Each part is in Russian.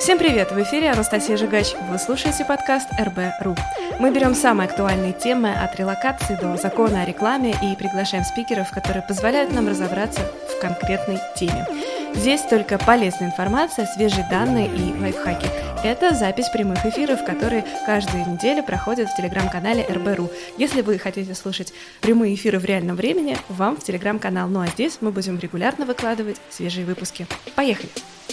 Всем привет! В эфире Анастасия Жигач. Вы слушаете подкаст РБ.ру. Мы берем самые актуальные темы от релокации до закона о рекламе и приглашаем спикеров, которые позволяют нам разобраться в конкретной теме. Здесь только полезная информация, свежие данные и лайфхаки. Это запись прямых эфиров, которые каждую неделю проходят в телеграм-канале РБ.ру. Если вы хотите слушать прямые эфиры в реальном времени, вам в телеграм-канал. Ну а здесь мы будем регулярно выкладывать свежие выпуски. Поехали!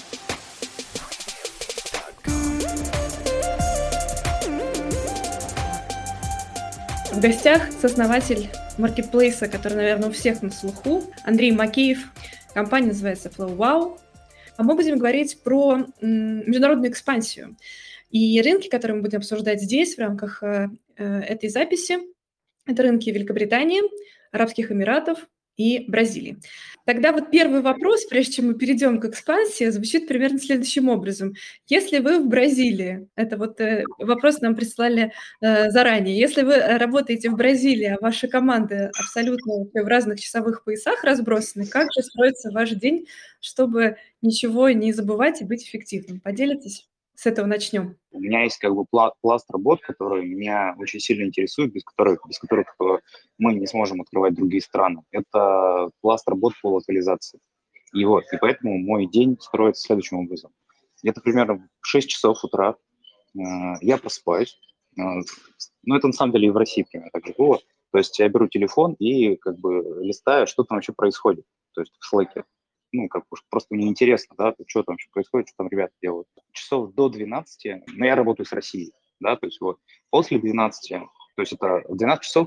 В гостях сооснователь маркетплейса, который, наверное, у всех на слуху, Андрей Макеев. Компания называется FlowWow. А мы будем говорить про международную экспансию и рынки, которые мы будем обсуждать здесь в рамках этой записи. Это рынки Великобритании, Арабских Эмиратов и Бразилии. Тогда вот первый вопрос, прежде чем мы перейдем к экспансии, звучит примерно следующим образом. Если вы в Бразилии, это вот вопрос нам прислали заранее, если вы работаете в Бразилии, а ваши команды абсолютно в разных часовых поясах разбросаны, как же строится ваш день, чтобы ничего не забывать и быть эффективным? Поделитесь? С этого начнем. У меня есть как бы пласт работ, которые меня очень сильно интересуют, без которых мы не сможем открывать другие страны. Это пласт работ по локализации. И поэтому мой день строится следующим образом. Где-то примерно в 6 часов утра я просыпаюсь. Ну, это на самом деле и в России примерно так же было. То есть я беру телефон и как бы листаю, что там вообще происходит. То есть в Slack. Ну, как бы просто мне интересно, да, что там вообще происходит, что там ребята делают. Часов до 12, но я работаю с Россией, да, то есть вот после 12, то есть это 12 часов,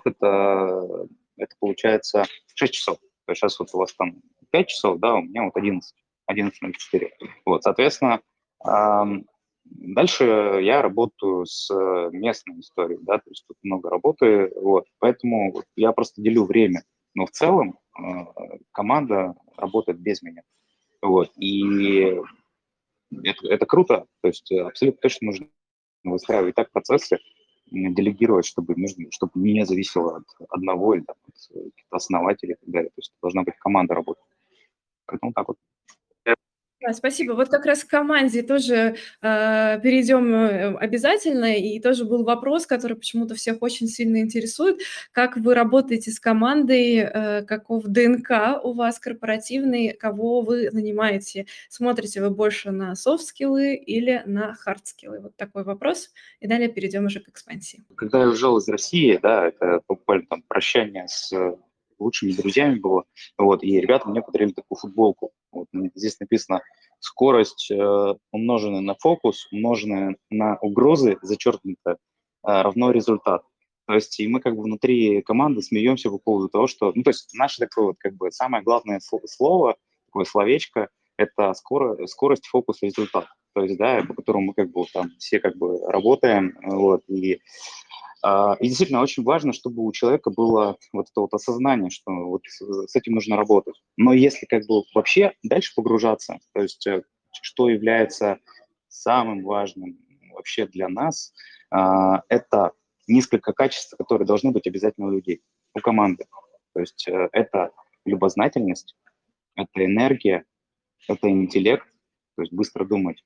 это получается 6 часов. То есть сейчас вот у вас там 5 часов, да, у меня вот 11:04. Вот, соответственно, дальше я работаю с местной историей, да, то есть тут много работы, вот, поэтому вот я просто делю время. Но в целом команда работает без меня. Вот, и это круто, то есть абсолютно точно нужно выстраивать так процессы, делегировать, чтобы не зависело от одного или там, от каких-то основателей и так далее. То есть должна быть команда работать. Поэтому так вот. Да, спасибо. Вот как раз к команде тоже перейдем обязательно. И тоже был вопрос, который почему-то всех очень сильно интересует. Как вы работаете с командой, каков ДНК у вас корпоративный, кого вы нанимаете? Смотрите вы больше на софт-скиллы или на хард-скиллы? Вот такой вопрос. И далее перейдем уже к экспансии. Когда я уезжал из России, да, это буквально там прощание с лучшими друзьями было, вот, и ребята мне подарили такую футболку. Вот, здесь написано скорость, умноженная на фокус, умноженная на угрозы, зачеркнуто, равно результат. То есть и мы как бы внутри команды смеемся по поводу того, что, ну, то есть наше такое вот как бы самое главное слово, такое словечко, это скорость, фокус, результат. То есть, да, по которому мы как бы там все как бы работаем, вот, и действительно очень важно, чтобы у человека было вот это вот осознание, что вот с этим нужно работать. Но если как бы вообще дальше погружаться, то есть что является самым важным вообще для нас, это несколько качеств, которые должны быть обязательно у людей, у команды. То есть это любознательность, это энергия, это интеллект, то есть быстро думать,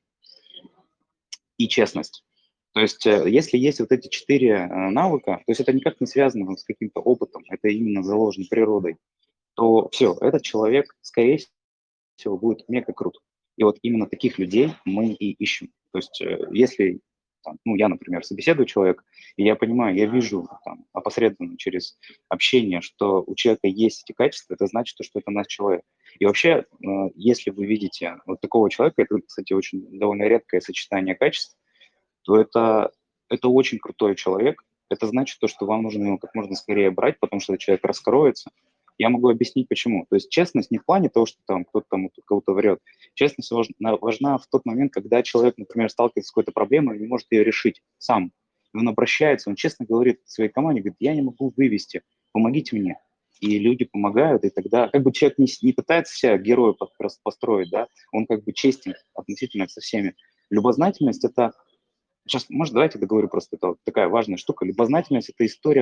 и честность. То есть если есть вот эти 4 навыка, то есть это никак не связано с каким-то опытом, это именно заложено природой, то все, этот человек, скорее всего, будет мега крут. И вот именно таких людей мы и ищем. То есть если, там, ну, я, например, собеседую человека, и я понимаю, я вижу там, опосредованно через общение, что у человека есть эти качества, это значит, что это наш человек. И вообще, если вы видите вот такого человека, это, кстати, очень довольно редкое сочетание качеств, то это очень крутой человек. Это значит то, что вам нужно его как можно скорее брать, потому что этот человек раскроется. Я могу объяснить, почему. То есть честность не в плане того, что там кто-то там у кого-то врет. Честность важна в тот момент, когда человек, например, сталкивается с какой-то проблемой и не может ее решить сам. И он обращается, он честно говорит своей команде, говорит, я не могу вывести, помогите мне. И люди помогают, и тогда как бы человек не пытается себя героя построить, да, он как бы честен относительно со всеми. Любознательность – это сейчас, может, давайте договорю просто, это вот такая важная штука. Любознательность – это история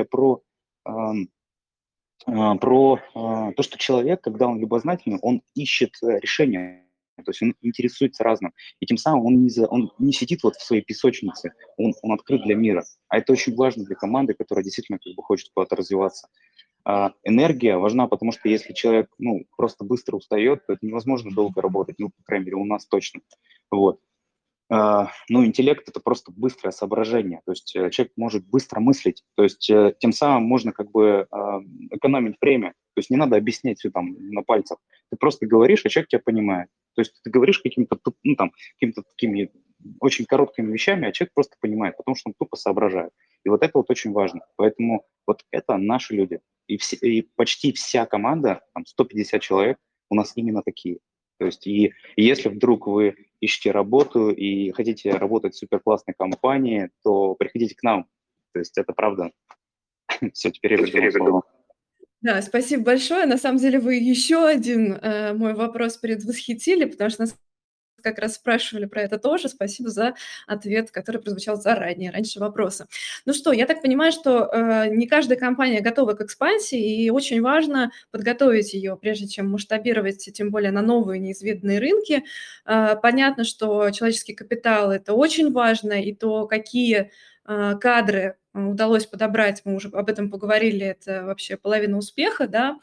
про то, что человек, когда он любознательный, он ищет решение То есть он интересуется разным. И тем самым он не сидит вот в своей песочнице, он открыт для мира. А это очень важно для команды, которая действительно как бы хочет куда-то развиваться. Энергия важна, потому что если человек, ну, просто быстро устает, то это невозможно долго работать, ну, по крайней мере, у нас точно. Вот. Ну, интеллект – это просто быстрое соображение, то есть человек может быстро мыслить, то есть тем самым можно как бы экономить время, то есть не надо объяснять все там на пальцах, ты просто говоришь, а человек тебя понимает, то есть ты говоришь какими-то, ну, там, какими-то такими очень короткими вещами, а человек просто понимает, потому что он тупо соображает, и вот это вот очень важно, поэтому вот это наши люди, и почти вся команда, там 150 человек, у нас именно такие, то есть и если вдруг вы ищете работу и хотите работать в суперклассной компании, то приходите к нам. То есть это правда. Все, теперь я верну слово. Да, спасибо большое. На самом деле вы еще один мой вопрос предвосхитили, потому что нас как раз спрашивали про это тоже. Спасибо за ответ, который прозвучал заранее, раньше вопроса. Ну что, я так понимаю, что не каждая компания готова к экспансии, и очень важно подготовить ее, прежде чем масштабировать, тем более на новые неизведанные рынки. Понятно, что человеческий капитал – это очень важно, и то, какие кадры удалось подобрать, мы уже об этом поговорили, это вообще половина успеха, да,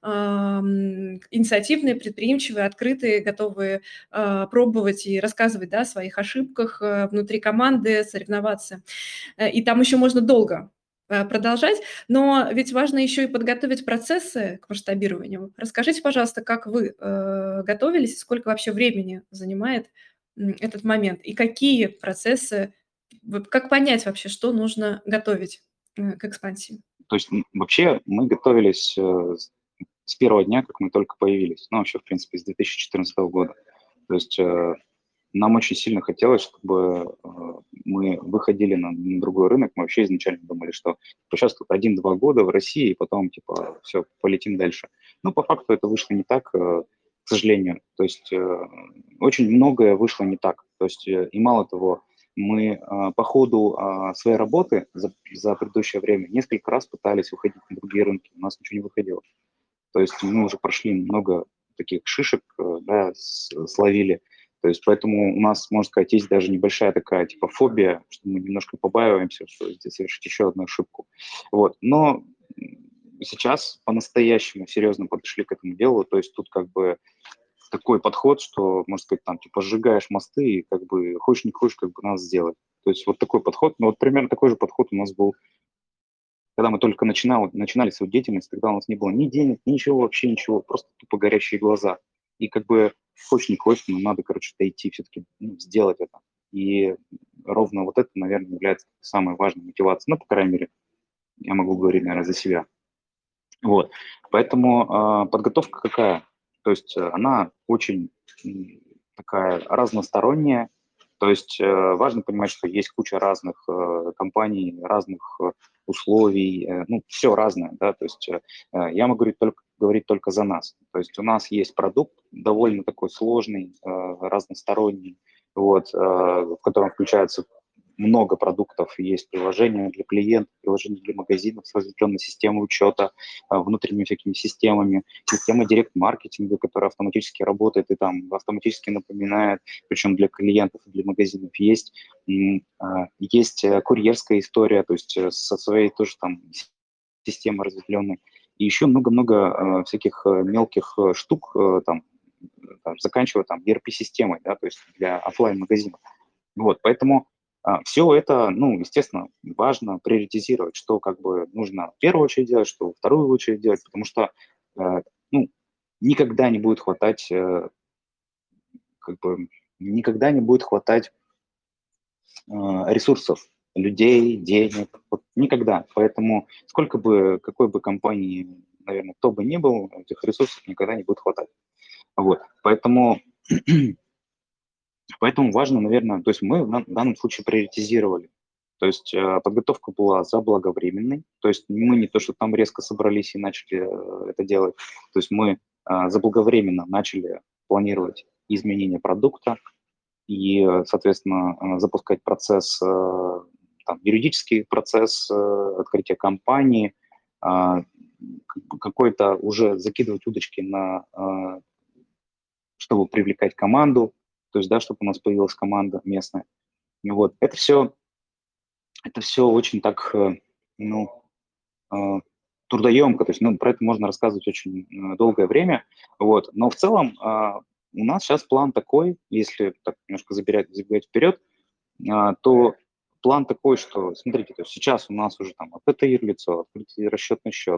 инициативные, предприимчивые, открытые, готовые пробовать и рассказывать, да, о своих ошибках внутри команды, соревноваться. И там еще можно долго продолжать, но ведь важно еще и подготовить процессы к масштабированию. Расскажите, пожалуйста, как вы готовились, сколько вообще времени занимает этот момент, и какие процессы, как понять вообще, что нужно готовить к экспансии? То есть вообще мы готовились с первого дня, как мы только появились. Ну, вообще, в принципе, с 2014 года. То есть нам очень сильно хотелось, чтобы мы выходили на другой рынок. Мы вообще изначально думали, что сейчас тут 1-2 года в России, и потом, типа, все, полетим дальше. Но по факту это вышло не так, к сожалению. То есть очень многое вышло не так. То есть и мало того, мы по ходу своей работы за предыдущее время несколько раз пытались выходить на другие рынки. У нас ничего не выходило. То есть мы уже прошли много таких шишек, да, словили. То есть поэтому у нас, можно сказать, есть даже небольшая такая типа фобия, что мы немножко побаиваемся, что здесь совершить еще одну ошибку. Вот. Но сейчас по-настоящему серьезно подошли к этому делу. То есть тут как бы такой подход, что, можно сказать, там, типа, сжигаешь мосты и как бы хочешь не хочешь, как бы надо сделать. То есть вот такой подход, ну вот примерно такой же подход у нас был, когда мы только начинали свою деятельность, тогда у нас не было ни денег, ничего, вообще ничего, просто тупо горящие глаза. И как бы хочешь не хочешь, но надо, короче, дойти все-таки, ну, сделать это. И ровно вот это, наверное, является самой важной мотивацией. Ну, по крайней мере, я могу говорить, наверное, за себя. Вот. Поэтому подготовка какая? То есть она очень такая разносторонняя. То есть важно понимать, что есть куча разных компаний, разных условий, ну, все разное, да, то есть я могу говорить только за нас. То есть у нас есть продукт довольно такой сложный, разносторонний, вот, в котором включаются много продуктов, есть приложения для клиентов, приложения для магазинов с разветвленной системой учета, внутренними всякими системами, система директ-маркетинга, которая автоматически работает и там автоматически напоминает, причем для клиентов и для магазинов есть. Есть курьерская история, то есть со своей тоже там системой разветвленной. И еще много-много всяких мелких штук, там, заканчивая там ERP-системой, да, то есть для офлайн-магазинов. Вот, поэтому все это, ну, естественно, важно приоритизировать, что как бы нужно в первую очередь делать, что во вторую очередь делать, потому что, ну, никогда не будет хватать, как бы, никогда не будет хватать ресурсов, людей, денег, вот никогда. Поэтому сколько бы, какой бы компании, наверное, кто бы ни был, этих ресурсов никогда не будет хватать. Вот, поэтому важно, наверное, то есть мы в данном случае приоритизировали. То есть подготовка была заблаговременной, то есть мы не то, что там резко собрались и начали это делать, то есть мы заблаговременно начали планировать изменение продукта и, соответственно, запускать процесс, там, юридический процесс открытия компании, какой-то уже закидывать удочки на чтобы привлекать команду, то есть, да, чтобы у нас появилась команда местная. Вот. Это все очень так, ну, э, трудоемко, то есть, ну, про это можно рассказывать очень долгое время, вот. Но в целом у нас сейчас план такой, если так немножко забегать вперед, то план такой, что, смотрите, то есть сейчас у нас уже там открытое юрлицо, открытый расчетный счет,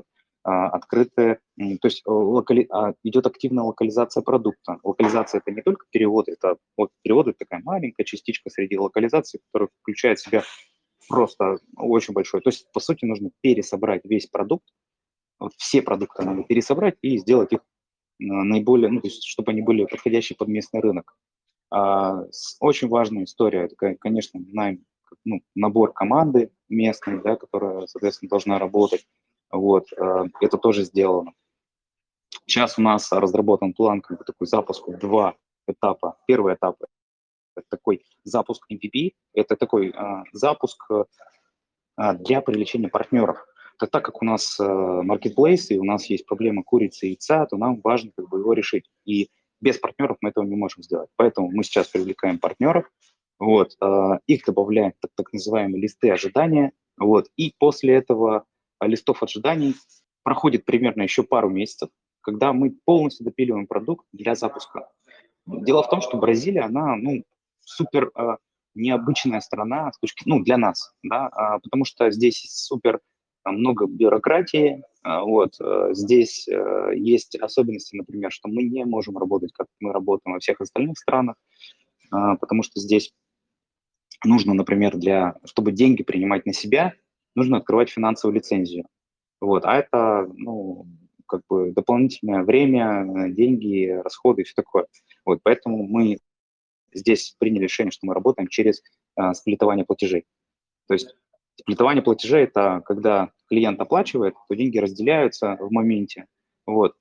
то есть идет активная локализация продукта. Локализация – это не только перевод, это вот перевод – это такая маленькая частичка среди локализации, которая включает в себя просто очень большой. То есть, по сути, нужно пересобрать весь продукт, вот все продукты надо пересобрать и сделать их наиболее, ну, то есть, чтобы они были подходящие под местный рынок. Очень важная история, это, конечно, найм, ну, набор команды местной, да, которая, соответственно, должна работать. Вот, это тоже сделано. Сейчас у нас разработан план, как бы такой запуск в два этапа. Первый этап – это такой запуск MVP, это такой запуск для привлечения партнеров. Так как у нас marketplace, и у нас есть проблема курицы и яйца, то нам важно как бы его решить. И без партнеров мы этого не можем сделать. Поэтому мы сейчас привлекаем партнеров, вот, их добавляем в так называемые листы ожидания, вот, и после этого листов ожиданий проходит примерно еще пару месяцев, когда мы полностью допиливаем продукт для запуска. Дело в том, что Бразилия, она, ну, супер необычная страна с точки, ну, для нас, да, потому что здесь супер много бюрократии, вот, здесь есть особенности, например, что мы не можем работать, как мы работаем во всех остальных странах, потому что здесь нужно, например, чтобы деньги принимать на себя, нужно открывать финансовую лицензию, вот, а это, ну, как бы дополнительное время, деньги, расходы и все такое. Вот, поэтому мы здесь приняли решение, что мы работаем через сплитование платежей. То есть сплитование платежей – это когда клиент оплачивает, то деньги разделяются в моменте, вот,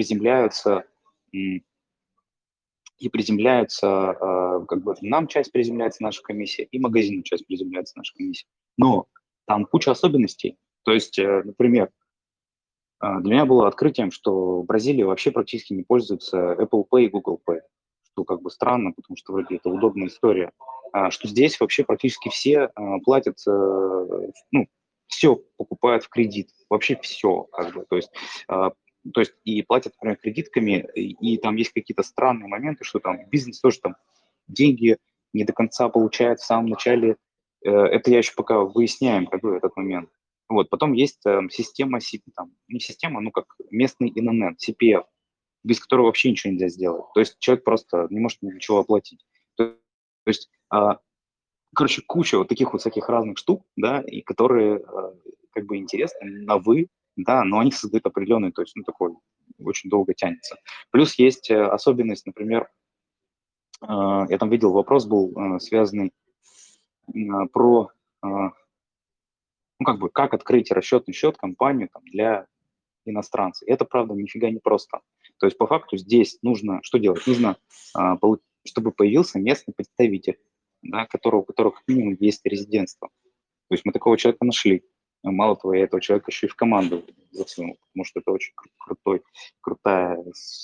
как бы нам часть приземляется наша комиссия, и магазину часть приземляется наша комиссия. Но там куча особенностей. То есть, например, для меня было открытием, что в Бразилии вообще практически не пользуются Apple Pay и Google Pay, что как бы странно, потому что вроде это удобная история. Что здесь вообще практически все платят, ну, все покупают в кредит, вообще все, как бы, то есть и платят, например, кредитками, и там есть какие-то странные моменты, что там бизнес тоже там деньги не до конца получает в самом начале. Это я еще пока выясняем, как бы, этот момент. Вот, потом есть система, там, не система, ну как местный ИНН, CPF, без которого вообще ничего нельзя сделать. То есть человек просто не может ничего оплатить. То есть, короче, куча вот таких вот всяких разных штук, да, и которые как бы интересны на вы, да, но они создают определенный, то есть, ну, такой, очень долго тянется. Плюс есть особенность, например, я там видел, вопрос был связанный про ну, как бы, как открыть расчетный счет, компанию там, для иностранцев. Это, правда, нифига не просто. То есть, по факту, здесь нужно, что делать? Нужно, чтобы появился местный представитель, да, у которого как минимум есть резидентство. То есть мы такого человека нашли. Мало того, я этого человека еще и в команду засунул, потому что это очень крутая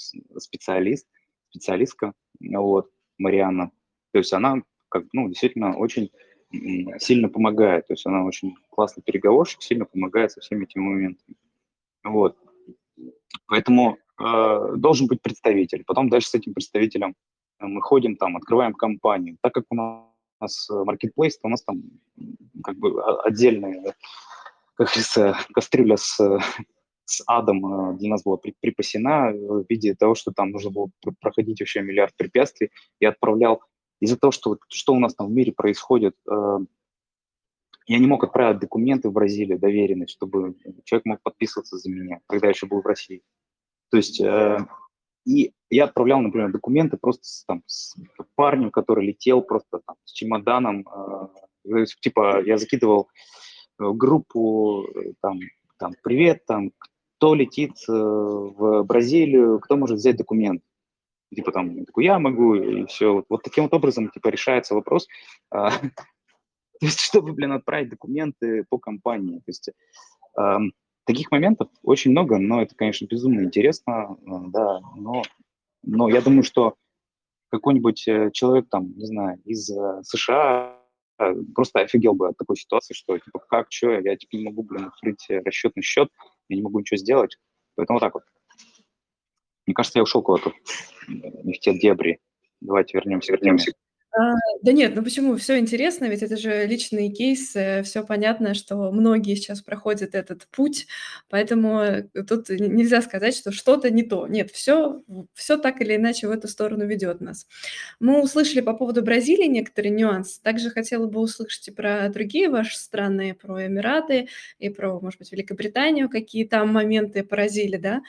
специалистка, вот, Марианна. То есть она, как, ну, действительно очень сильно помогает. То есть она очень классный переговорщик, сильно помогает со всеми этими моментами. Вот. Поэтому должен быть представитель. Потом дальше с этим представителем мы ходим там, открываем компанию. Так как у нас marketplace, то у нас там как бы отдельная, как говорится, кастрюля с адом для нас была припасена в виде того, что там нужно было проходить вообще миллиард препятствий. Я отправлял из-за того, что у нас там в мире происходит, я не мог отправить документы в Бразилию, доверенность, чтобы человек мог подписываться за меня, когда я еще был в России. То есть и я отправлял, например, документы просто с парнем, который летел просто там, с чемоданом. То есть, типа я закидывал в группу там привет, там кто летит в Бразилию, кто может взять документ. Типа там, я такой, я могу, и все. Вот таким вот образом, типа, решается вопрос. То есть, чтобы, блин, отправить документы по компании. То есть таких моментов очень много, но это, конечно, безумно интересно, да, но я думаю, что какой-нибудь человек там, не знаю, из США просто офигел бы от такой ситуации, что типа как, что, я типа не могу, блин, открыть расчетный счет, я не могу ничего сделать. Поэтому вот так вот. Мне кажется, я ушел куда-то не в те дебри. Давайте вернемся к теме. А, да нет, ну почему? Все интересно, ведь это же личный кейс, все понятно, что многие сейчас проходят этот путь, поэтому, тут нельзя сказать, что что-то не то. Нет, все так или иначе в эту сторону ведет нас. Мы услышали по поводу Бразилии некоторые нюансы. Также хотела бы услышать и про другие ваши страны, про Эмираты и про, может быть, Великобританию, какие там моменты поразили, да.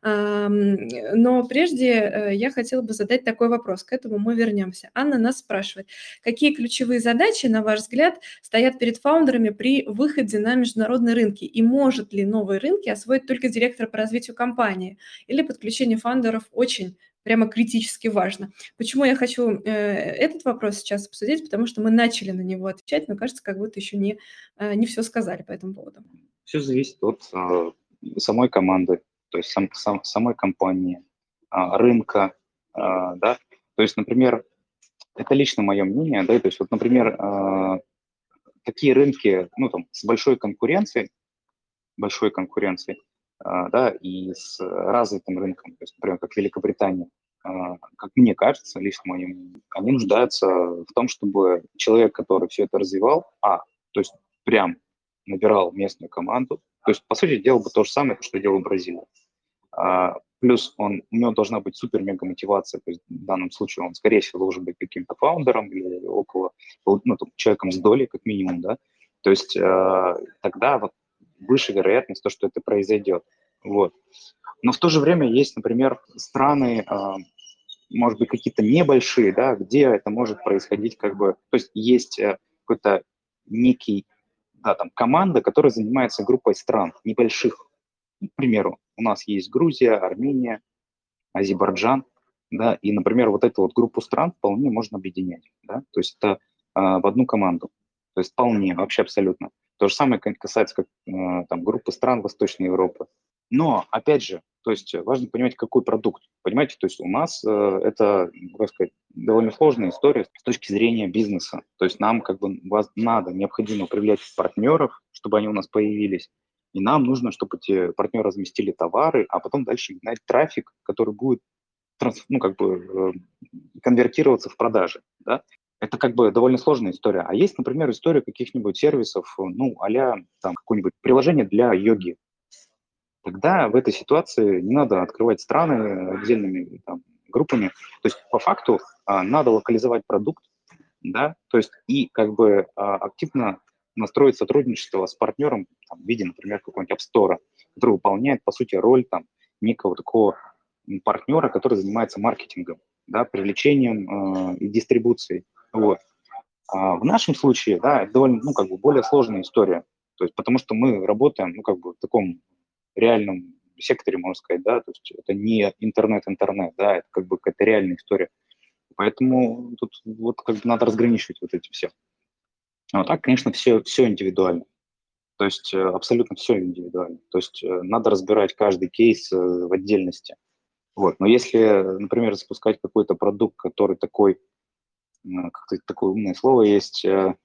Но прежде, я хотела бы задать такой вопрос, к этому мы вернемся. Анна нас спрашивает: какие ключевые задачи, на ваш взгляд, стоят перед фаундерами при выходе на международные рынки? И может ли новые рынки освоить только директор по развитию компании? Или подключение фаундеров очень прямо критически важно? Почему я хочу этот вопрос сейчас обсудить? Потому что мы начали на него отвечать, но кажется, как будто еще не все сказали по этому поводу. Все зависит от самой команды, то есть самой компании, рынка, да. То есть, например, это лично мое мнение, да, то есть вот, например, такие рынки, ну, там, с большой конкуренцией, да, и с развитым рынком, то есть, например, как Великобритания, как мне кажется, лично мое мнение, они нуждаются в том, чтобы человек, который все это развивал, то есть прям набирал местную команду, то есть, по сути, делал бы то же самое, что делал Бразилия. Плюс у него должна быть супер-мега мотивация, то есть в данном случае он, скорее всего, должен быть каким-то фаундером или около, ну, там, человеком с долей, как минимум, да, то есть тогда вот выше вероятность то, что это произойдет, вот. Но в то же время есть, например, страны, может быть, какие-то небольшие, да, где это может происходить как бы, то есть есть какой-то некий, да, там, команда, которая занимается группой стран небольших. Ну, к примеру, у нас есть Грузия, Армения, Азербайджан, да, и, например, вот эту вот группу стран вполне можно объединять, да, то есть это в одну команду, то есть вполне, вообще абсолютно. То же самое касается как, там, группы стран Восточной Европы. Но, опять же, то есть важно понимать, какой продукт, понимаете, то есть у нас это, как сказать, довольно сложная история с точки зрения бизнеса, то есть нам как бы необходимо привлечь партнеров, чтобы они у нас появились, и нам нужно, чтобы эти партнеры разместили товары, а потом дальше гнать трафик, который будет ну, как бы, конвертироваться в продажи. Да? Это как бы довольно сложная история. А есть, например, история каких-нибудь сервисов, ну, а-ля там какое-нибудь приложение для йоги. Тогда в этой ситуации не надо открывать страны отдельными там, группами. То есть по факту надо локализовать продукт, да, то есть и как бы активно настроить сотрудничество с партнером там, в виде, например, какого-нибудь App Store, который выполняет, по сути, роль там некого такого партнера, который занимается маркетингом, да, привлечением и дистрибуцией. Вот. А в нашем случае, да, это довольно, ну, как бы более сложная история, то есть потому что мы работаем, ну, как бы в таком реальном секторе, можно сказать, да, то есть это не интернет-интернет, да, это как бы какая-то реальная история. Поэтому тут вот как бы надо разграничивать вот эти все. А вот так, конечно, все индивидуально. То есть абсолютно все индивидуально. То есть надо разбирать каждый кейс в отдельности. Вот. Но если, например, запускать какой-то продукт, который такой, как-то такое умное слово есть,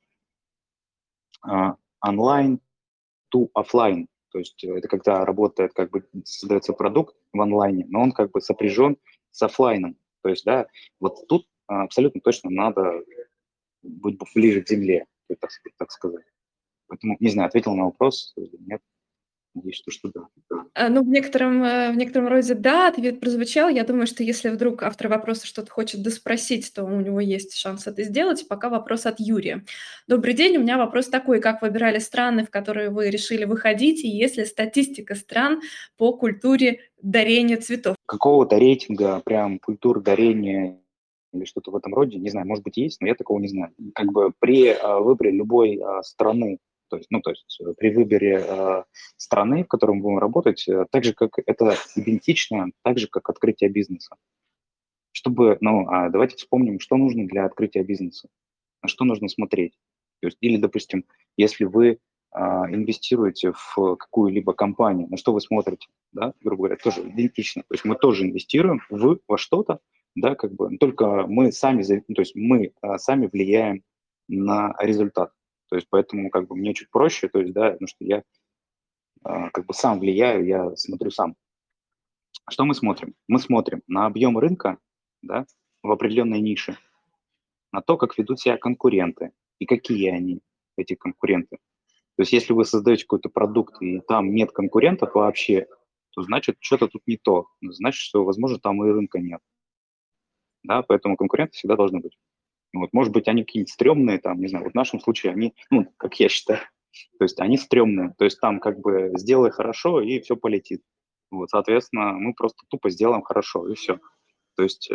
онлайн to офлайн. То есть это когда работает, как бы создается продукт в онлайне, но он как бы сопряжен с офлайном. То есть, да, вот тут абсолютно точно надо быть ближе к земле, так сказать. Поэтому, не знаю, ответил на вопрос или нет. Надеюсь, что да. Ну, в некотором роде да, ответ прозвучал. Я думаю, что если вдруг автор вопроса что-то хочет доспросить, то у него есть шанс это сделать. Пока вопрос от Юрия. Добрый день, у меня вопрос такой: как выбирали страны, в которые вы решили выходить, и есть ли статистика стран по культуре дарения цветов? Какого-то рейтинга, прям культуры дарения или что-то в этом роде, не знаю, может быть, есть, но я такого не знаю. Как бы при выборе любой страны, то есть, ну, то есть при выборе страны, в которой мы будем работать, так же, как это идентично, так же, как открытие бизнеса. Чтобы, ну, давайте вспомним, что нужно для открытия бизнеса, на что нужно смотреть. То есть, или, допустим, если вы инвестируете в какую-либо компанию, на что вы смотрите, да, грубо говоря, тоже идентично. То есть мы тоже инвестируем во что-то, да, как бы, только мы сами, ну, то есть мы сами влияем на результат. То есть поэтому как бы мне чуть проще, то есть, да, потому что я как бы сам влияю, я смотрю сам. Что мы смотрим? Мы смотрим на объем рынка, да, в определенной нише, на то, как ведут себя конкуренты и какие они, эти конкуренты. То есть если вы создаете какой-то продукт и там нет конкурентов вообще, то значит что-то тут не то. Значит, что, возможно, там и рынка нет. Да, поэтому конкуренты всегда должны быть. Вот, может быть, они какие-нибудь стрёмные, там, не знаю, вот в нашем случае они, ну, как я считаю, то есть они стрёмные, то есть там как бы сделай хорошо, и все полетит. Вот, соответственно, мы просто тупо сделаем хорошо, и все. То есть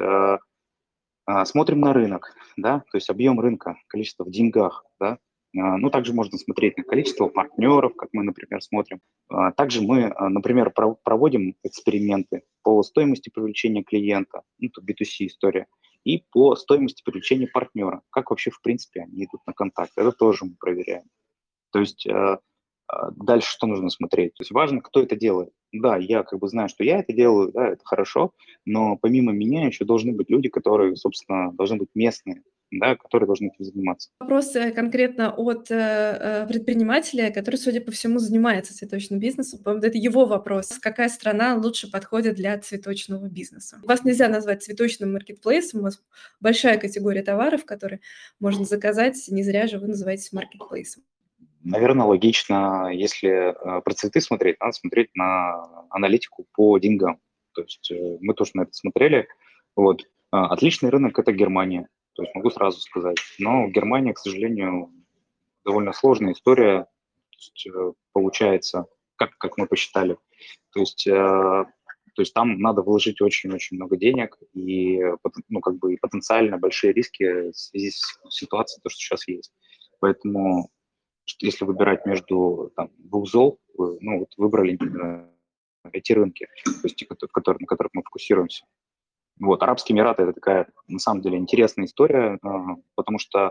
смотрим на рынок, да, то есть объем рынка, количество в деньгах, да. Ну, также можно смотреть на количество партнеров, как мы, например, смотрим. Также мы, например, проводим эксперименты по стоимости привлечения клиента, ну, это B2C история, и по стоимости привлечения партнера, как вообще, в принципе, они идут на контакт. Это тоже мы проверяем. То есть дальше что нужно смотреть? То есть важно, кто это делает. Да, я как бы знаю, что я это делаю, да, это хорошо, но помимо меня еще должны быть люди, которые, собственно, должны быть местные, да, которые должны этим заниматься. Вопрос конкретно от предпринимателя, который, судя по всему, занимается цветочным бизнесом. По-моему, это его вопрос. Какая страна лучше подходит для цветочного бизнеса? Вас нельзя назвать цветочным маркетплейсом. У вас большая категория товаров, которые можно заказать. Не зря же вы называетесь маркетплейсом. Наверное, логично, если про цветы смотреть, надо смотреть на аналитику по деньгам. То есть мы тоже на это смотрели. Вот. Отличный рынок – это Германия. То есть могу сразу сказать. Но Германия, к сожалению, довольно сложная история. То есть, получается, как мы посчитали. То есть, то есть там надо вложить очень-очень много денег и, ну, как бы и потенциально большие риски в связи с ситуацией, то, что сейчас есть. Поэтому если выбирать между там, двух зол, ну, вот выбрали эти рынки, то есть те, на которых мы фокусируемся. Вот, Арабские Эмираты – это такая, на самом деле, интересная история, потому что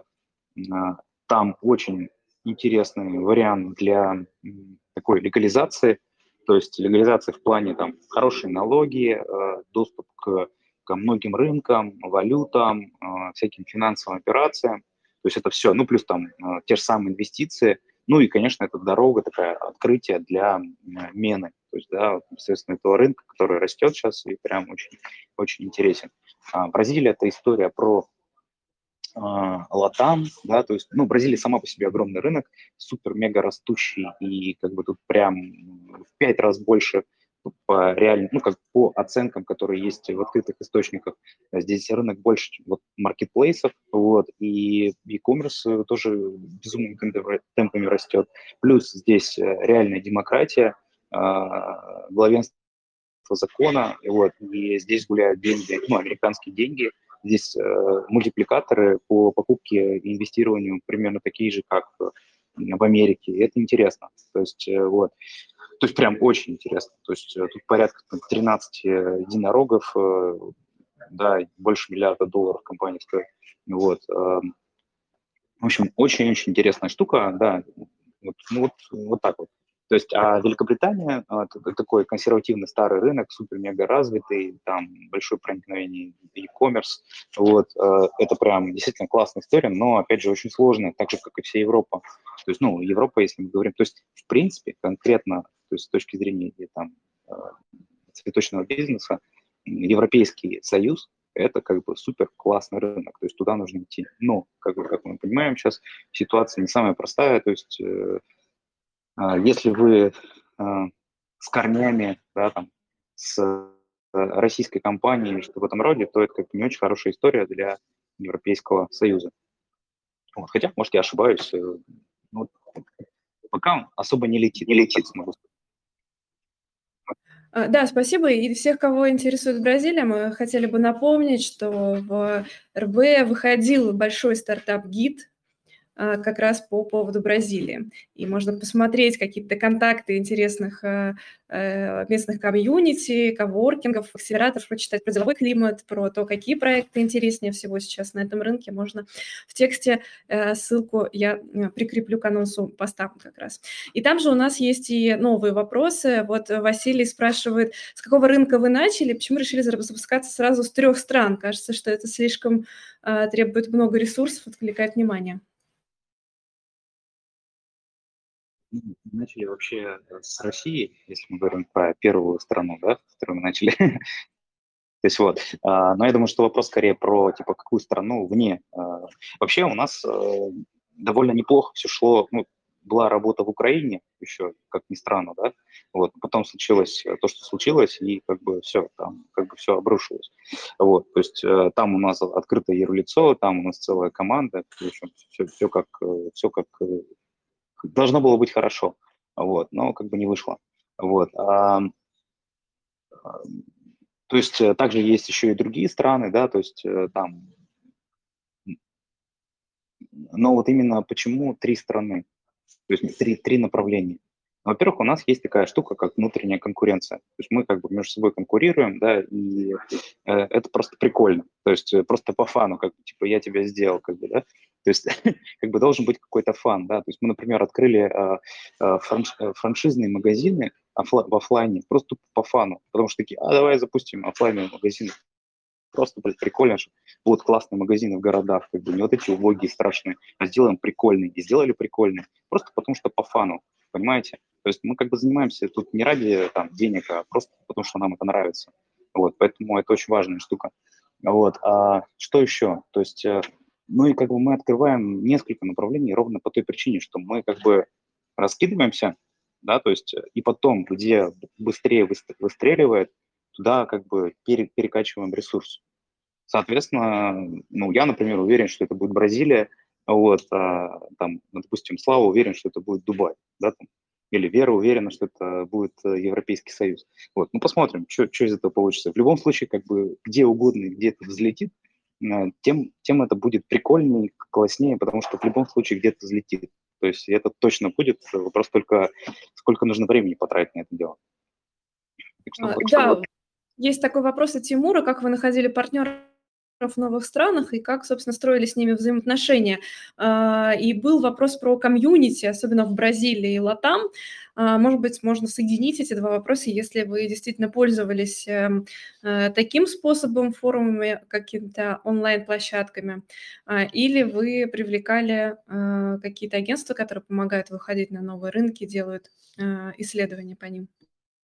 там очень интересный вариант для такой легализации, то есть легализации в плане там хорошие налоги, доступ ко многим рынкам, валютам, всяким финансовым операциям. То есть это все, ну плюс там те же самые инвестиции, ну и, конечно, это дорога, такая открытие для мены, то есть, да, соответственно, этого рынка, который растет сейчас и прям очень, очень интересен. Бразилия – это история про Латам, да, то есть, ну, Бразилия сама по себе огромный рынок, супер-мега растущий, и как бы тут прям в 5 раз больше по реально, ну, как по оценкам, которые есть в открытых источниках, здесь рынок больше, чем вот маркетплейсов, вот, и e-commerce тоже безумными темпами растет, плюс здесь реальная демократия, главенство закона, вот, и здесь гуляют деньги, ну, американские деньги, здесь мультипликаторы по покупке и инвестированию примерно такие же, как в Америке, и это интересно, то есть, вот, то есть прям очень интересно, то есть тут порядка 13 единорогов, да, больше миллиарда долларов компания стоит, вот, в общем, очень-очень интересная штука, да, вот, ну, вот так вот. То есть, а Великобритания такой консервативный старый рынок, супер-мега развитый, там большое проникновение e-commerce, вот, это прям действительно классная история, но, опять же, очень сложная, так же, как и вся Европа. То есть, ну, Европа, если мы говорим, то есть, в принципе, конкретно, то есть, с точки зрения там, э, цветочного бизнеса, Европейский Союз – это как бы супер классный рынок, то есть туда нужно идти. Но, как мы понимаем, сейчас ситуация не самая простая, то есть если вы с корнями, да, там, с российской компанией, что в этом роде, то это как бы не очень хорошая история для Европейского Союза. Вот. Хотя, может, я ошибаюсь, ну, пока он особо не летит, смогу сказать. Да, спасибо. И всех, кого интересует Бразилия, мы хотели бы напомнить, что в РБ выходил большой стартап-гид как раз по поводу Бразилии. И можно посмотреть какие-то контакты интересных местных комьюнити, коворкингов, акселераторов, почитать про деловой климат, про то, какие проекты интереснее всего сейчас на этом рынке. Можно в тексте ссылку я прикреплю к анонсу поста как раз. И там же у нас есть и новые вопросы. Вот Василий спрашивает, с какого рынка вы начали, почему решили запускаться сразу с 3 стран? Кажется, что это слишком требует много ресурсов, отвлекает внимание. Начали вообще с России, если мы говорим про первую страну, да, с которой мы начали. То есть вот, но я думаю, что вопрос скорее про, типа, какую страну вне. Вообще у нас довольно неплохо все шло, ну, была работа в Украине еще, как ни странно, да, вот, потом случилось то, что случилось, и как бы все, там, как бы все обрушилось, вот, то есть там у нас открытое юрлицо, там у нас целая команда, в общем, все как должно было быть хорошо, вот, но как бы не вышло, вот. А, То есть также есть еще и другие страны, да, то есть там, но вот именно почему три страны, то есть три направления. Во-первых, у нас есть такая штука, как внутренняя конкуренция. То есть мы как бы между собой конкурируем, да, и это просто прикольно. То есть просто по фану, как бы, типа, я тебя сделал, как бы, да. То есть как бы должен быть какой-то фан, да. То есть мы, например, открыли франшизные магазины в офлайне просто по фану, потому что такие, давай запустим офлайновый магазин. Просто прикольно, что будут классные магазины в городах, как бы не вот эти убогие, страшные, а сделаем прикольные. И сделали прикольные. Просто потому что по фану, понимаете? То есть мы как бы занимаемся тут не ради там, денег, а просто потому что нам это нравится. Вот, поэтому это очень важная штука. Вот, а что еще? То есть, ну и как бы мы открываем несколько направлений ровно по той причине, что мы как бы раскидываемся, да, то есть и потом, где быстрее выстреливает, туда как бы перекачиваем ресурс. Соответственно, ну, я, например, уверен, что это будет Бразилия, вот, там, ну, допустим, Слава уверен, что это будет Дубай, да, там, или Вера уверена, что это будет Европейский Союз. Вот, ну, посмотрим, что из этого получится. В любом случае, как бы, где угодно, где это взлетит, тем это будет прикольнее, класснее, потому что в любом случае где-то взлетит. То есть это точно будет, вопрос только, сколько нужно времени потратить на это дело. Так что вот Да, есть такой вопрос от Тимура. Как вы находили партнеров в новых странах и как, собственно, строили с ними взаимоотношения? И был вопрос про комьюнити, особенно в Бразилии и Латам. Может быть, можно соединить эти два вопроса, если вы действительно пользовались таким способом, форумами, какими-то онлайн-площадками, или вы привлекали какие-то агентства, которые помогают выходить на новые рынки, делают исследования по ним.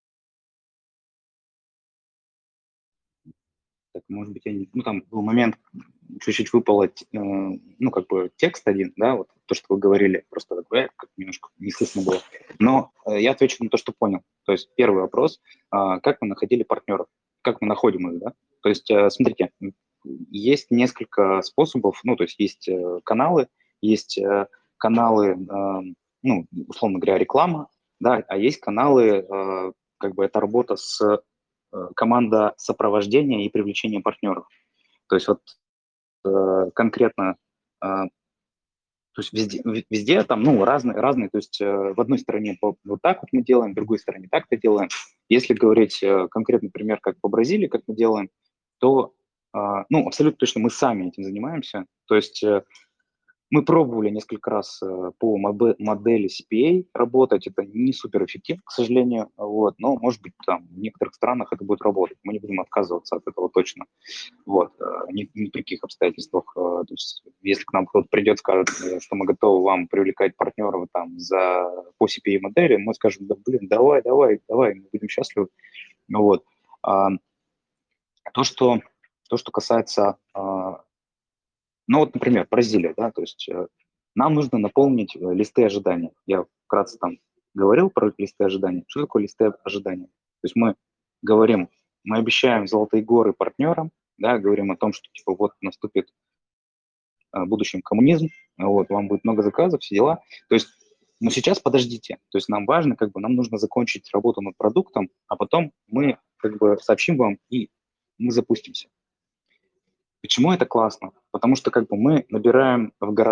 Так, может быть, я не... Ну, там был момент, чуть-чуть выпало, ну, как бы текст один, да, вот то, что вы говорили, просто такое, как немножко не слышно было. Но я отвечу на то, что понял. То есть первый вопрос, как мы находили партнеров, как мы находим их, да? То есть, смотрите, есть несколько способов, ну, то есть каналы, есть каналы, ну, условно говоря, реклама, да, а есть каналы, как бы это работа с команда сопровождения и привлечения партнеров. То есть вот конкретно, то есть везде там, ну, разные, то есть в одной стране вот так вот мы делаем, в другой стране так-то делаем. Если говорить конкретный пример, как по Бразилии, как мы делаем, то, ну, абсолютно точно мы сами этим занимаемся. То есть мы пробовали несколько раз по модели CPA работать, это не супер эффективно, к сожалению, вот, но, может быть, там в некоторых странах это будет работать, мы не будем отказываться от этого точно, вот, ни при каких обстоятельствах, то есть если к нам кто-то придет, скажет, что мы готовы вам привлекать партнеров там по CPA модели, мы скажем, да, блин, давай, мы будем счастливы, вот. А, то, что, то, что касается ну вот, например, Бразилия, да, то есть нам нужно наполнить листы ожидания. Я вкратце там говорил про листы ожидания. Что такое листы ожидания? То есть мы обещаем золотые горы партнерам, да, говорим о том, что типа вот наступит в будущем коммунизм, вот, вам будет много заказов, все дела. То есть, но сейчас подождите, то есть нам важно, как бы нам нужно закончить работу над продуктом, а потом мы как бы сообщим вам и мы запустимся. Почему это классно? Потому что как бы мы набираем в городах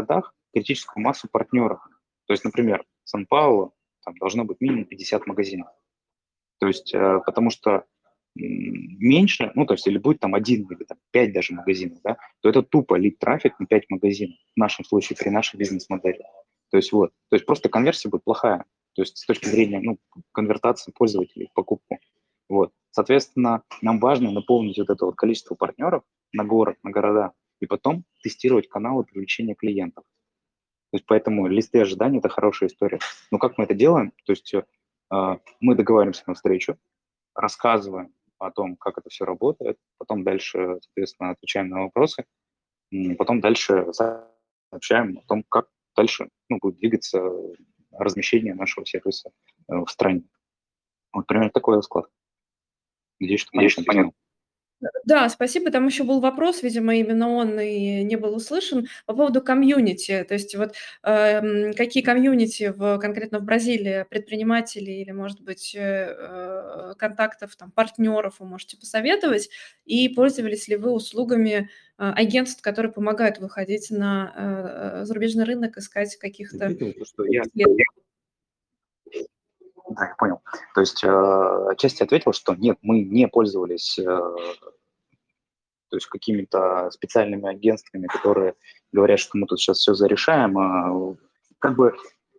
критическую массу партнеров. То есть, например, в Сан-Паулу там должно быть минимум 50 магазинов. То есть, потому что меньше, ну, то есть, или будет там один или там 5 даже магазинов, да, то это тупо лид-трафик на 5 магазинов, в нашем случае, при нашей бизнес-модели. То есть, вот, то есть, просто конверсия будет плохая, то есть, с точки зрения, ну, конвертации пользователей в покупку. Вот, соответственно, нам важно наполнить вот это вот количество партнеров на город, на города, и потом тестировать каналы привлечения клиентов. То есть, поэтому листы ожиданий – это хорошая история. Но как мы это делаем? То есть, мы договариваемся на встречу, рассказываем о том, как это все работает, потом дальше, соответственно, отвечаем на вопросы, потом дальше сообщаем о том, как дальше, ну, будет двигаться размещение нашего сервиса в стране. Вот примерно такой расклад. Надеюсь, что понятно объяснил. Да, спасибо. Там еще был вопрос, видимо, именно он и не был услышан, по поводу комьюнити. То есть вот какие комьюнити конкретно в Бразилии предпринимателей или, может быть, контактов, там, партнеров вы можете посоветовать? И пользовались ли вы услугами агентств, которые помогают выходить на зарубежный рынок, искать каких-то... Да, я понял. То есть отчасти ответил, что нет, мы не пользовались то есть какими-то специальными агентствами, которые говорят, что мы тут сейчас все зарешаем. Как бы,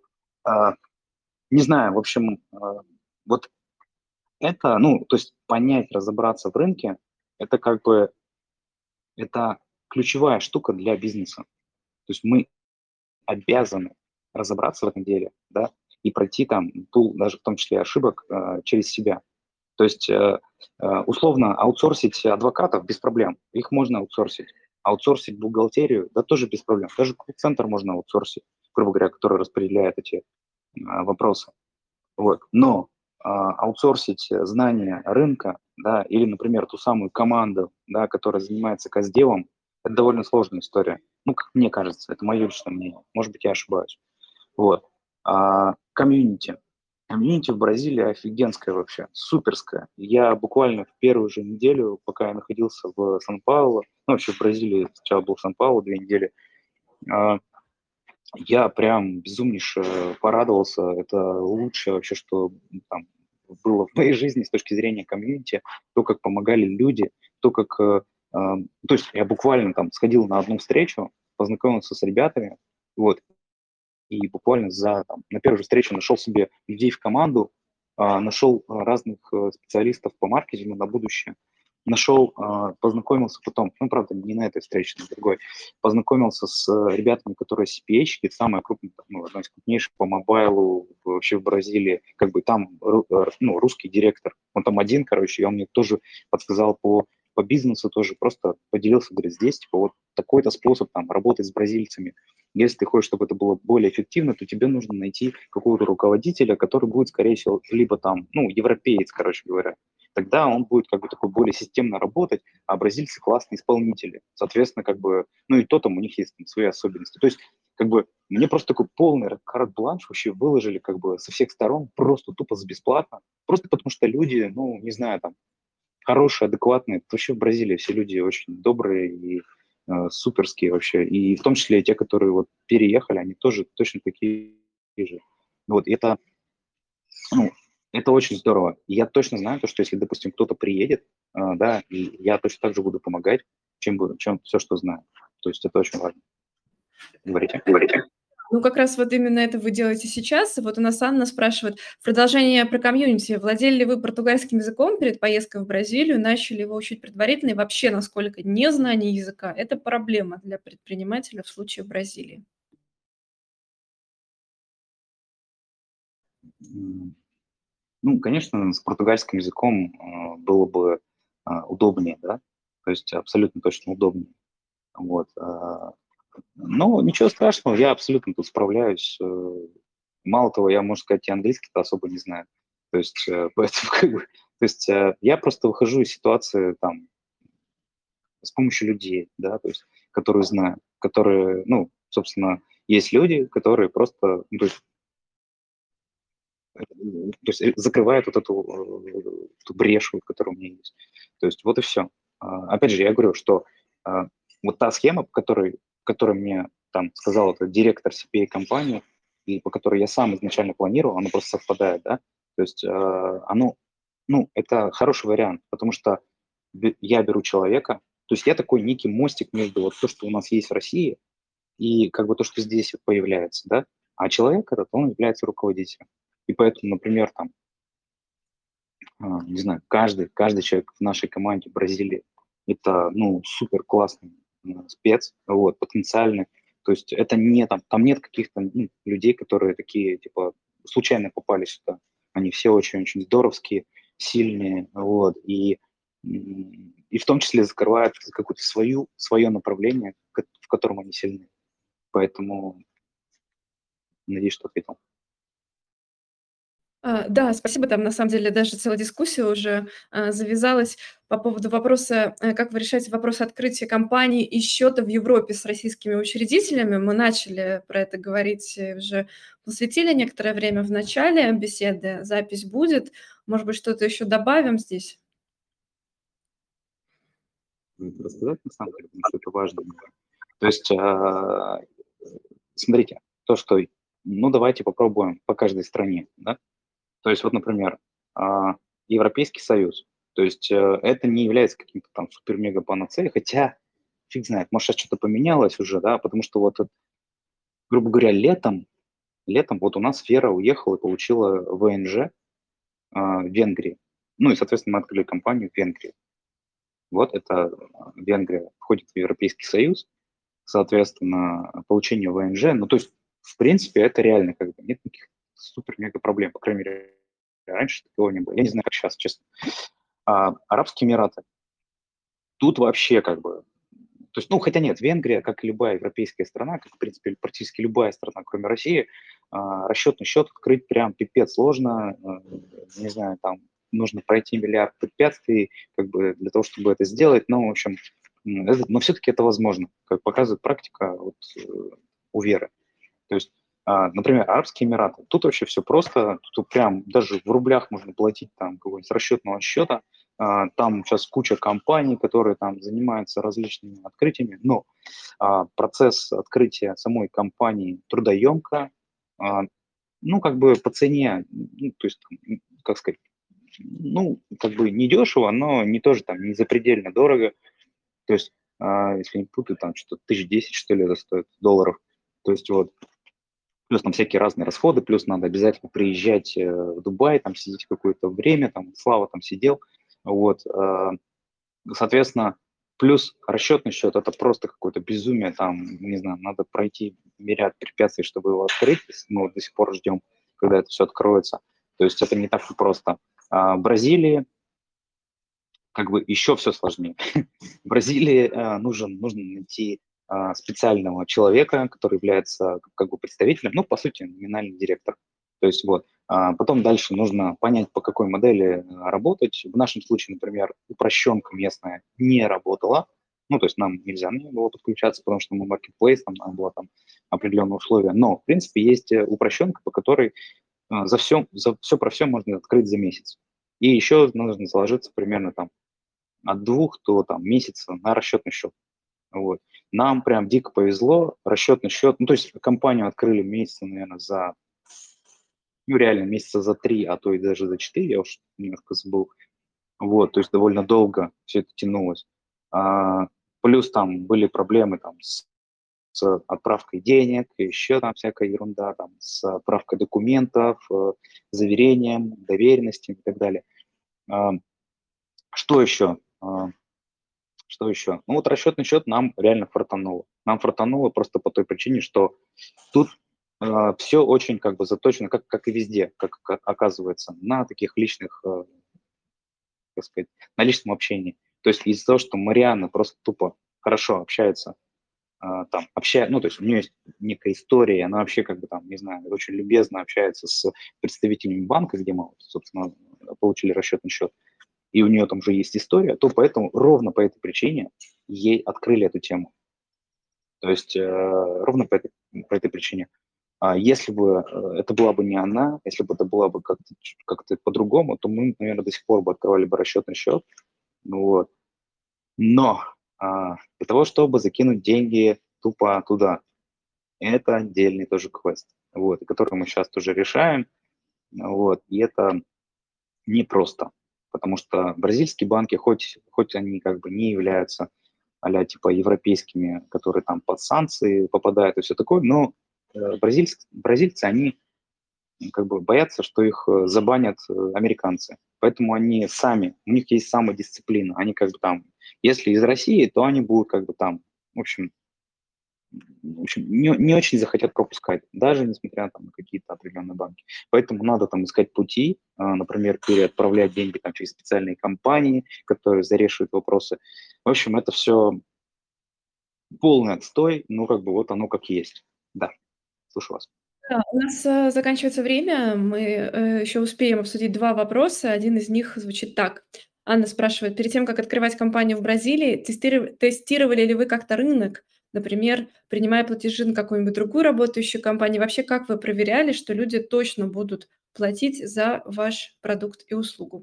не знаю, в общем, вот это, ну, то есть понять, разобраться в рынке, это как бы, это ключевая штука для бизнеса. То есть мы обязаны разобраться в этом деле, да, и пройти там пул, даже в том числе ошибок, через себя. То есть, условно, аутсорсить адвокатов без проблем, их можно аутсорсить. Аутсорсить бухгалтерию, да, тоже без проблем. Даже колл-центр можно аутсорсить, грубо говоря, который распределяет эти вопросы. Вот. Но аутсорсить знания рынка, да, или, например, ту самую команду, да, которая занимается казделом, это довольно сложная история. Ну, как мне кажется, это мое личное мнение. Может быть, я ошибаюсь. Вот. Комьюнити. Комьюнити в Бразилии офигенское вообще, суперское. Я буквально в первую же неделю, пока я находился в Сан-Паулу, ну, вообще в Бразилии, сначала был в Сан-Паулу 2 недели, а, я прям безумнейше порадовался. Это лучшее вообще, что там было в моей жизни с точки зрения комьюнити, то, как помогали люди, то, как... то есть я буквально там сходил на одну встречу, познакомился с ребятами, вот, и буквально на первой же встрече нашел себе людей в команду, нашел разных специалистов по маркетингу на будущее, нашел, познакомился потом, ну, правда, не на этой встрече, на другой, познакомился с ребятами, которые CPH, это самая крупная, ну, одна из крупнейших по мобайлу вообще в Бразилии, как бы там, ну, русский директор, он там один, короче, и он мне тоже подсказал по бизнесу тоже, просто поделился, говорит, здесь, типа, вот такой-то способ там работать с бразильцами. Если ты хочешь, чтобы это было более эффективно, то тебе нужно найти какого-то руководителя, который будет, скорее всего, либо там, ну, европеец, короче говоря. Тогда он будет как бы такой более системно работать, а бразильцы классные исполнители. Соответственно, как бы, ну и то там у них есть там свои особенности. То есть, как бы, мне просто такой полный карт-бланш вообще выложили как бы со всех сторон, просто тупо за бесплатно. Просто потому что люди, ну, не знаю, там, хорошие, адекватные. Вообще в Бразилии все люди очень добрые и суперские вообще. И в том числе и те, которые вот переехали, они тоже точно такие же. Вот, и это, ну, это очень здорово. И я точно знаю, то, что если, допустим, кто-то приедет, да, и я точно так же буду помогать, чем все, что знаю. То есть это очень важно. Говорите. Ну, как раз вот именно это вы делаете сейчас. И вот у нас Анна спрашивает, в продолжение про комьюнити. Владели ли вы португальским языком перед поездкой в Бразилию? Начали его учить предварительно? И вообще, насколько незнание языка – это проблема для предпринимателя в случае Бразилии? Ну, конечно, с португальским языком было бы удобнее, да, то есть абсолютно точно удобнее. Вот. Но ничего страшного, я абсолютно тут справляюсь. Мало того, я, можно сказать, и английский-то особо не знаю. То есть, поэтому, как бы, то есть я просто выхожу из ситуации там с помощью людей, да, то есть, которые знаю, которые, ну, собственно, есть люди, которые просто, ну, то есть закрывают вот эту брешь, вот, которая у меня есть. То есть вот и все. Опять же, я говорю, что вот та схема, которая мне там сказал, это директор CPA-компании, и по которой я сам изначально планировал, оно просто совпадает, да, то есть оно, ну, это хороший вариант, потому что я беру человека, то есть я такой некий мостик между вот то, что у нас есть в России, и как бы то, что здесь вот появляется, да, а человек этот, он является руководителем. И поэтому, например, там, не знаю, каждый человек в нашей команде в Бразилии это, ну, супер классный спец, вот, потенциальный. То есть это не там нет каких-то людей, которые такие, типа, случайно попали сюда. Они все очень-очень здоровские, сильные, вот, и в том числе закрывают какое-то свое направление, в котором они сильны. Поэтому надеюсь, что ответил. Да, спасибо. Там на самом деле даже целая дискуссия уже, завязалась по поводу вопроса, как вы решаете вопрос открытия компаний и счета в Европе с российскими учредителями. Мы начали про это говорить, уже посвятили некоторое время в начале беседы. Запись будет. Может быть, что-то еще добавим здесь? Рассказать, на самом деле, потому что это важно. То есть, смотрите, то, что, ну, давайте попробуем по каждой стране, да? То есть, вот, например, а, Европейский Союз. То есть, это не является каким-то там супер-мега-панацеей, хотя, фиг знает, может, сейчас что-то поменялось уже, да, потому что вот, грубо говоря, летом вот у нас Вера уехала и получила ВНЖ в Венгрии. Ну, и, соответственно, мы открыли компанию в Венгрии. Вот это Венгрия входит в Европейский Союз, соответственно, получение ВНЖ. Ну, то есть, в принципе, это реально, как бы, нет никаких супер-мега проблем, по крайней мере, раньше такого не было. Я не знаю, как сейчас, честно. Арабские Эмираты. Тут вообще как бы, то есть, ну, хотя нет, Венгрия, как и любая европейская страна, как, в принципе, практически любая страна, кроме России, расчетный счет открыть прям пипец сложно, не знаю, там нужно пройти миллиард препятствий, как бы, для того, чтобы это сделать, но, в общем, но все-таки это возможно, как показывает практика вот, у Веры. То есть, например, Арабские Эмираты. Тут вообще все просто. Тут прям даже в рублях можно платить там какого-нибудь с расчетного счета. Там сейчас куча компаний, которые там занимаются различными открытиями. Но процесс открытия самой компании трудоемко. А, ну, как бы по цене, ну, то есть, как сказать, ну, как бы не дешево, но не тоже там не запредельно дорого. То есть, если не путаю, там что-то 1010, что ли, это стоит долларов. То есть вот плюс там всякие разные расходы, плюс надо обязательно приезжать в Дубай, там сидеть какое-то время, там Слава там сидел, вот, соответственно, плюс расчетный счет, это просто какое-то безумие, там, не знаю, надо пройти миллиард препятствий, чтобы его открыть, мы вот до сих пор ждем, когда это все откроется, то есть это не так просто. В Бразилии как бы еще все сложнее. В Бразилии нужно найти специального человека, который является как бы представителем, ну, по сути, номинальный директор. То есть вот. Потом дальше нужно понять, по какой модели работать. В нашем случае, например, упрощенка местная не работала. Ну, то есть нам нельзя на нее было подключаться, потому что мы marketplace, там надо было там определенные условия. Но, в принципе, есть упрощенка, по которой за все про все можно открыть за месяц. И еще нужно заложиться примерно там от 2 до там, месяца на расчетный счет. Вот. Нам прям дико повезло, расчетный счет, ну, то есть компанию открыли месяца, наверное, ну, реально месяца за 3, а то и даже за 4, я уж немножко забыл. Вот, то есть довольно долго все это тянулось. А, плюс там были проблемы там с отправкой денег, еще там всякая ерунда, там, с отправкой документов, заверением, доверенностью и так далее. А, что еще? Что еще? Ну вот расчетный счет нам реально фартануло. Нам фартануло просто по той причине, что тут все очень как бы заточено, как и везде, как оказывается, на таких личных, так сказать, на личном общении. То есть из-за того, что Марианна просто тупо хорошо общается, ну, то есть у нее есть некая история, она вообще как бы там, не знаю, очень любезно общается с представителями банка, где мы, собственно, получили расчетный счет, и у нее там уже есть история, то поэтому ровно по этой причине ей открыли эту тему. То есть ровно по этой причине. Если бы это была бы не она, если бы это было бы как-то по-другому, то мы, наверное, до сих пор бы открывали бы расчетный счет. Ну, вот. Но для того, чтобы закинуть деньги тупо туда, это отдельный тоже квест, вот, и который мы сейчас тоже решаем, вот, и это непросто, потому что бразильские банки, хоть они как бы не являются а типа европейскими, которые там под санкции попадают и все такое, но бразильцы, они как бы боятся, что их забанят американцы. Поэтому они сами, у них есть самодисциплина. Они как бы там, если из России, то они будут как бы там, в общем, не очень захотят пропускать, даже несмотря там, на какие-то определенные банки. Поэтому надо там искать пути, например, переотправлять деньги там, через специальные компании, которые зарешивают вопросы. В общем, это все полный отстой, ну как бы вот оно как есть. Да, слушаю вас. Да, у нас, заканчивается время. Мы, еще успеем обсудить 2 вопроса. Один из них звучит так. Анна спрашивает: перед тем, как открывать компанию в Бразилии, тестировали ли вы как-то рынок? Например, принимая платежи на какую-нибудь другую работающую компанию. Вообще, как вы проверяли, что люди точно будут платить за ваш продукт и услугу?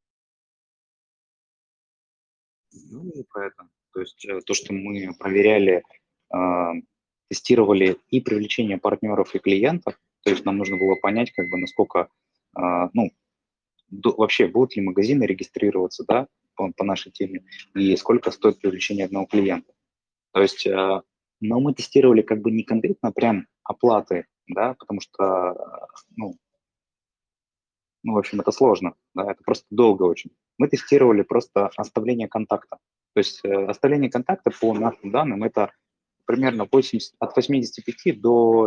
Ну, и про это. То есть то, что мы проверяли, а, тестировали и привлечение партнеров и клиентов, то есть нам нужно было понять, как бы, насколько, ну, вообще будут ли магазины регистрироваться, да, по нашей теме, и сколько стоит привлечение одного клиента. То есть, но мы тестировали как бы не конкретно прям оплаты, да, потому что, ну, в общем, это сложно, да, это просто долго очень. Мы тестировали просто оставление контакта. То есть оставление контакта по нашим данным это примерно 85 до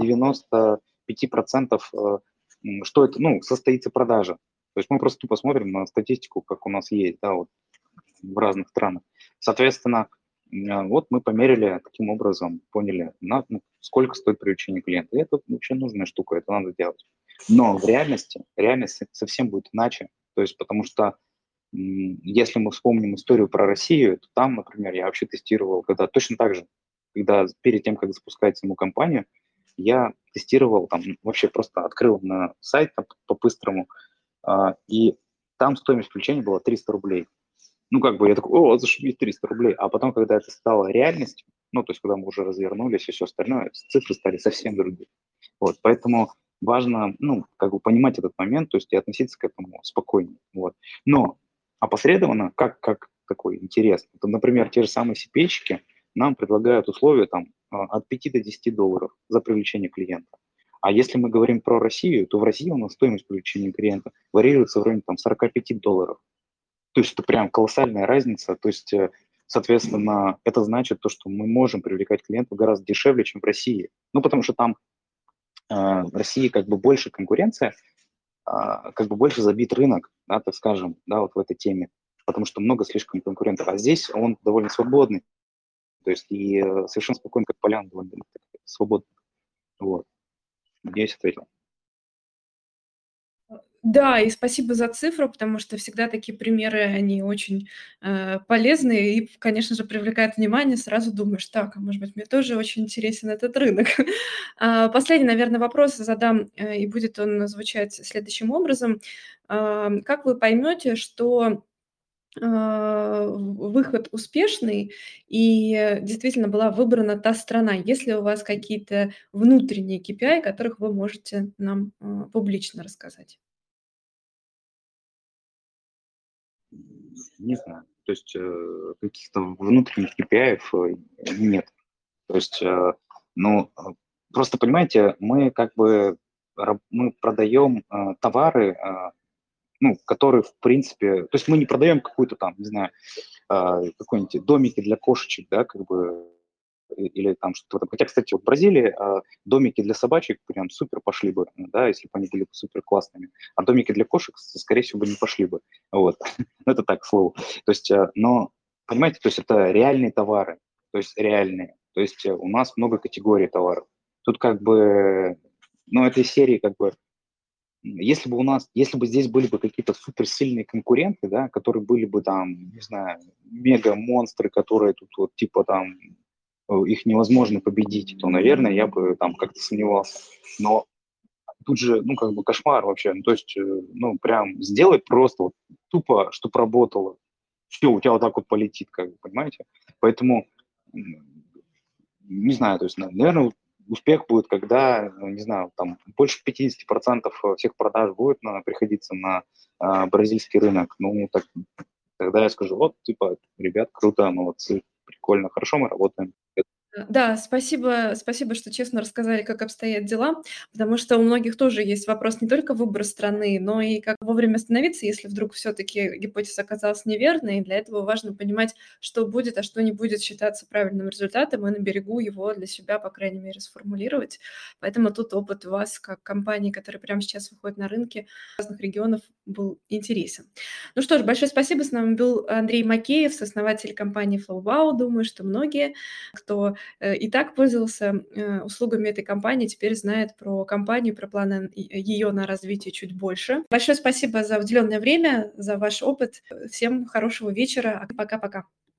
95%, что это, ну, состоится продажа. То есть мы просто тупо смотрим на статистику, как у нас есть, да, вот в разных странах. Соответственно, вот мы померили таким образом, поняли, ну, сколько стоит привлечение клиента. И это вообще нужная штука, это надо делать. Но в реальности, реальность совсем будет иначе. То есть потому что если мы вспомним историю про Россию, то там, например, я вообще тестировал, когда точно так же, когда перед тем, как запускать саму компанию, я тестировал, там вообще просто открыл на сайт там, по-быстрому, и там стоимость включения была 300 рублей. Ну, как бы я такой, о, зашибись, 300 рублей. А потом, когда это стало реальностью, ну, то есть, когда мы уже развернулись и все остальное, цифры стали совсем другие. Вот, поэтому важно, ну, как бы понимать этот момент, то есть и относиться к этому спокойнее. Вот. Но опосредованно, как такой интерес, это, например, те же самые CPA-щики нам предлагают условия там от 5 до 10 долларов за привлечение клиента. А если мы говорим про Россию, то в России у нас стоимость привлечения клиента варьируется в районе там 45 долларов. То есть это прям колоссальная разница. То есть, соответственно, это значит то, что мы можем привлекать клиентов гораздо дешевле, чем в России. Ну, потому что там в России как бы больше конкуренция, как бы больше забит рынок, да, так скажем, да, вот в этой теме, потому что много слишком конкурентов. А здесь он довольно свободный, то есть и совершенно спокойно, как поляна, довольно свободно. Вот. Надеюсь, ответил. Да, и спасибо за цифру, потому что всегда такие примеры, они очень, полезны и, конечно же, привлекают внимание. Сразу думаешь: "Так, а может быть, мне тоже очень интересен этот рынок". Последний, наверное, вопрос задам, и будет он звучать следующим образом. Как вы поймете, что, выход успешный и действительно была выбрана та страна? Есть ли у вас какие-то внутренние KPI, о которых вы можете нам, публично рассказать? Не знаю. То есть каких-то внутренних KPI нет. То есть, ну, просто понимаете, мы как бы мы продаем товары, ну, которые, в принципе, то есть мы не продаем какую-то там, не знаю, какой-нибудь домики для кошечек, да, как бы, или там что-то в этом. Хотя, кстати, вот в Бразилии домики для собачек прям супер пошли бы, да, если бы они были супер классными, а домики для кошек, скорее всего, бы не пошли бы, вот. Ну, это так, к слову. То есть, но, понимаете, то есть это реальные товары, то есть реальные. То есть у нас много категорий товаров. Тут как бы, ну, этой серии как бы если бы у нас, если бы здесь были бы какие-то суперсильные конкуренты, да, которые были бы там, не знаю, мега-монстры, которые тут вот типа там их невозможно победить, то, наверное, я бы там как-то сомневался. Но тут же, ну, как бы кошмар вообще. Ну, то есть, ну, прям сделай просто вот тупо, чтобы работало. Все, у тебя вот так вот полетит, как бы, понимаете? Поэтому, не знаю, то есть, наверное, успех будет, когда, ну, не знаю, там больше 50% всех продаж будет приходиться на бразильский рынок. Ну, так, тогда я скажу, вот, типа, ребят, круто, молодцы, прикольно, хорошо мы работаем. Да, спасибо, что честно рассказали, как обстоят дела, потому что у многих тоже есть вопрос не только выбора страны, но и как вовремя остановиться, если вдруг все-таки гипотеза оказалась неверной. И для этого важно понимать, что будет, а что не будет считаться правильным результатом, и на берегу его для себя, по крайней мере, сформулировать. Поэтому тут опыт у вас, как компании, которая прямо сейчас выходит на рынки разных регионов, был интересен. Ну что ж, большое спасибо. С нами был Андрей Макеев, сооснователь компании FlowWow. Думаю, что многие, кто и так пользовался услугами этой компании, теперь знает про компанию, про планы ее на развитие чуть больше. Большое спасибо за уделенное время, за ваш опыт. Всем хорошего вечера. Пока-пока.